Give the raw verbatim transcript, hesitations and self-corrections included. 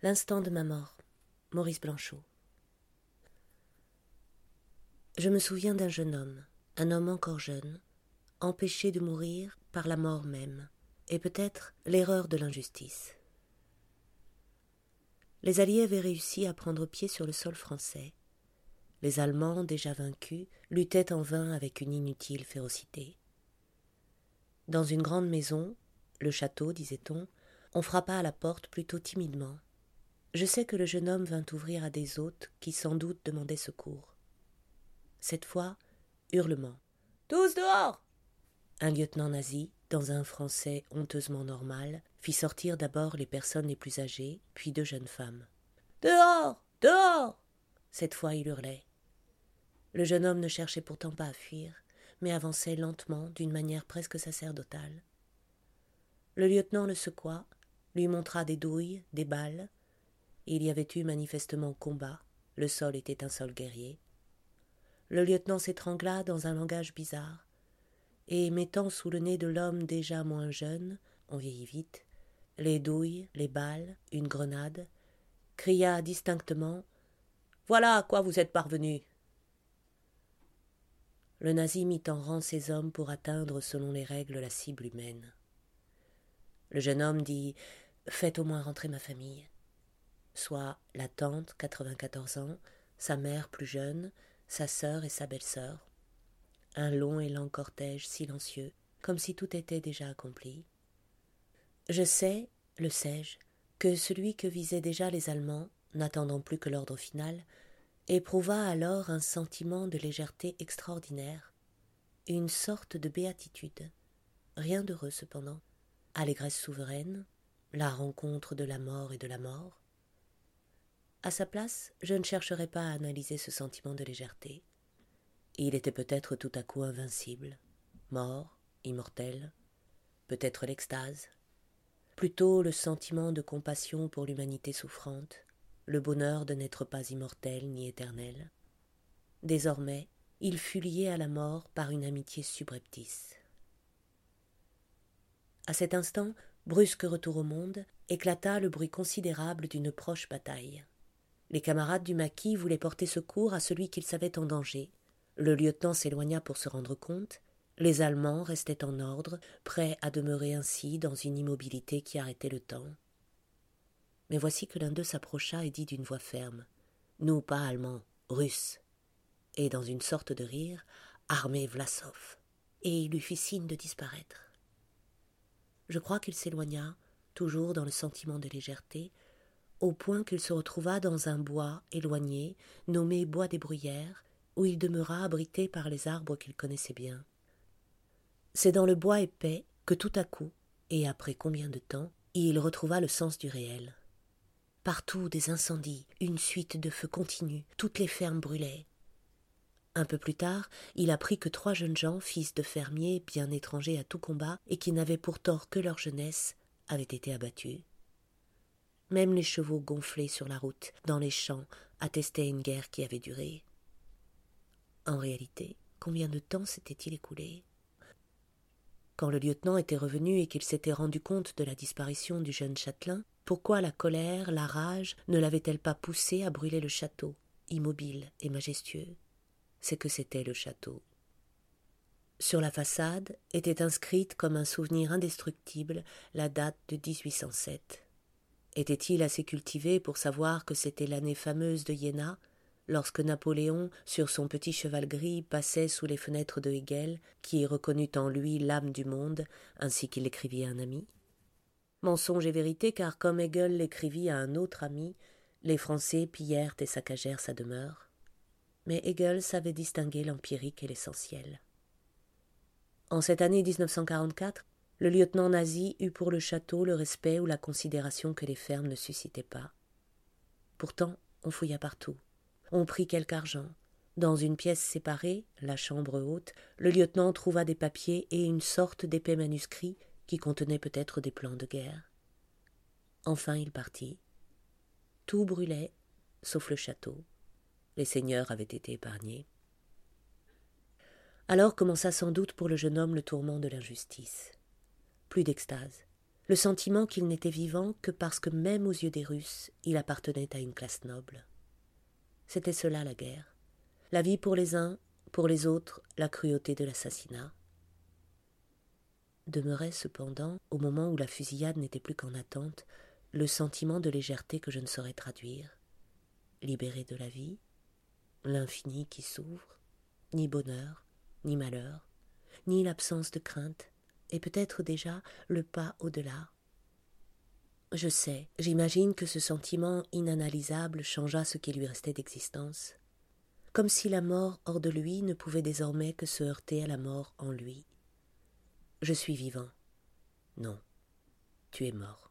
L'instant de ma mort. Maurice Blanchot. Je me souviens d'un jeune homme, un homme encore jeune, empêché de mourir par la mort même, et peut-être l'erreur de l'injustice. Les Alliés avaient réussi à prendre pied sur le sol français. Les Allemands, déjà vaincus, luttaient en vain avec une inutile férocité. Dans une grande maison, le château, disait-on, on frappa à la porte plutôt timidement. Je sais que le jeune homme vint ouvrir à des hôtes qui sans doute demandaient secours. Cette fois, hurlements. « Tous dehors !» Un lieutenant nazi, dans un français honteusement normal, fit sortir d'abord les personnes les plus âgées, puis deux jeunes femmes. « Dehors ! Dehors !» Cette fois il hurlait. Le jeune homme ne cherchait pourtant pas à fuir, mais avançait lentement, d'une manière presque sacerdotale. Le lieutenant le secoua, lui montra des douilles, des balles. Il y avait eu manifestement combat, le sol était un sol guerrier. Le lieutenant s'étrangla dans un langage bizarre, et mettant sous le nez de l'homme déjà moins jeune, on vieillit vite, les douilles, les balles, une grenade, cria distinctement « Voilà à quoi vous êtes parvenus !» Le nazi mit en rang ses hommes pour atteindre selon les règles la cible humaine. Le jeune homme dit « Faites au moins rentrer ma famille », soit la tante, quatre-vingt-quatorze ans, sa mère plus jeune, sa sœur et sa belle-sœur. Un long et lent cortège silencieux, comme si tout était déjà accompli. Je sais, le sais-je, que celui que visaient déjà les Allemands, n'attendant plus que l'ordre final, éprouva alors un sentiment de légèreté extraordinaire, une sorte de béatitude, rien d'heureux cependant, allégresse souveraine, la rencontre de la mort et de la mort. À sa place, je ne chercherai pas à analyser ce sentiment de légèreté. Il était peut-être tout à coup invincible, mort, immortel, peut-être l'extase, plutôt le sentiment de compassion pour l'humanité souffrante, le bonheur de n'être pas immortel ni éternel. Désormais, il fut lié à la mort par une amitié subreptice. À cet instant, brusque retour au monde, éclata le bruit considérable d'une proche bataille. Les camarades du maquis voulaient porter secours à celui qu'ils savaient en danger. Le lieutenant s'éloigna pour se rendre compte. Les Allemands restaient en ordre, prêts à demeurer ainsi dans une immobilité qui arrêtait le temps. Mais voici que l'un d'eux s'approcha et dit d'une voix ferme « Nous, pas Allemands, Russes !» Et dans une sorte de rire, « Armée Vlasov !» Et il lui fit signe de disparaître. Je crois qu'il s'éloigna, toujours dans le sentiment de légèreté, au point qu'il se retrouva dans un bois éloigné, nommé Bois des Bruyères, où il demeura abrité par les arbres qu'il connaissait bien. C'est dans le bois épais que tout à coup, et après combien de temps, il retrouva le sens du réel. Partout des incendies, une suite de feux continus, toutes les fermes brûlaient. Un peu plus tard, il apprit que trois jeunes gens, fils de fermiers, bien étrangers à tout combat, et qui n'avaient pour tort que leur jeunesse, avaient été abattus. Même les chevaux gonflés sur la route, dans les champs, attestaient une guerre qui avait duré. En réalité, combien de temps s'était-il écoulé ? Quand le lieutenant était revenu et qu'il s'était rendu compte de la disparition du jeune châtelain, pourquoi la colère, la rage ne l'avaient-elles pas poussé à brûler le château, immobile et majestueux ? C'est que c'était le château. Sur la façade était inscrite comme un souvenir indestructible la date de dix-huit cent sept. Était-il assez cultivé pour savoir que c'était l'année fameuse de Iéna, lorsque Napoléon, sur son petit cheval gris, passait sous les fenêtres de Hegel, qui reconnut en lui l'âme du monde, ainsi qu'il l'écrivit à un ami ? Mensonge et vérité, car comme Hegel l'écrivit à un autre ami, les Français pillèrent et saccagèrent sa demeure. Mais Hegel savait distinguer l'empirique et l'essentiel. En cette année dix-neuf cent quarante-quatre, le lieutenant nazi eut pour le château le respect ou la considération que les fermes ne suscitaient pas. Pourtant, on fouilla partout. On prit quelque argent. Dans une pièce séparée, la chambre haute, le lieutenant trouva des papiers et une sorte d'épais manuscrit qui contenait peut-être des plans de guerre. Enfin, il partit. Tout brûlait, sauf le château. Les seigneurs avaient été épargnés. Alors commença sans doute pour le jeune homme le tourment de l'injustice. Plus d'extase. le sentiment qu'il n'était vivant que parce que même aux yeux des Russes, il appartenait à une classe noble. C'était cela la guerre. La vie pour les uns, pour les autres, la cruauté de l'assassinat. Demeurait cependant, au moment où la fusillade n'était plus qu'en attente, le sentiment de légèreté que je ne saurais traduire. Libéré de la vie, l'infini qui s'ouvre, ni bonheur, ni malheur, ni l'absence de crainte, et peut-être déjà le pas au-delà. Je sais, j'imagine que ce sentiment inanalysable changea ce qui lui restait d'existence, comme si la mort hors de lui ne pouvait désormais que se heurter à la mort en lui. Je suis vivant. Non, tu es mort.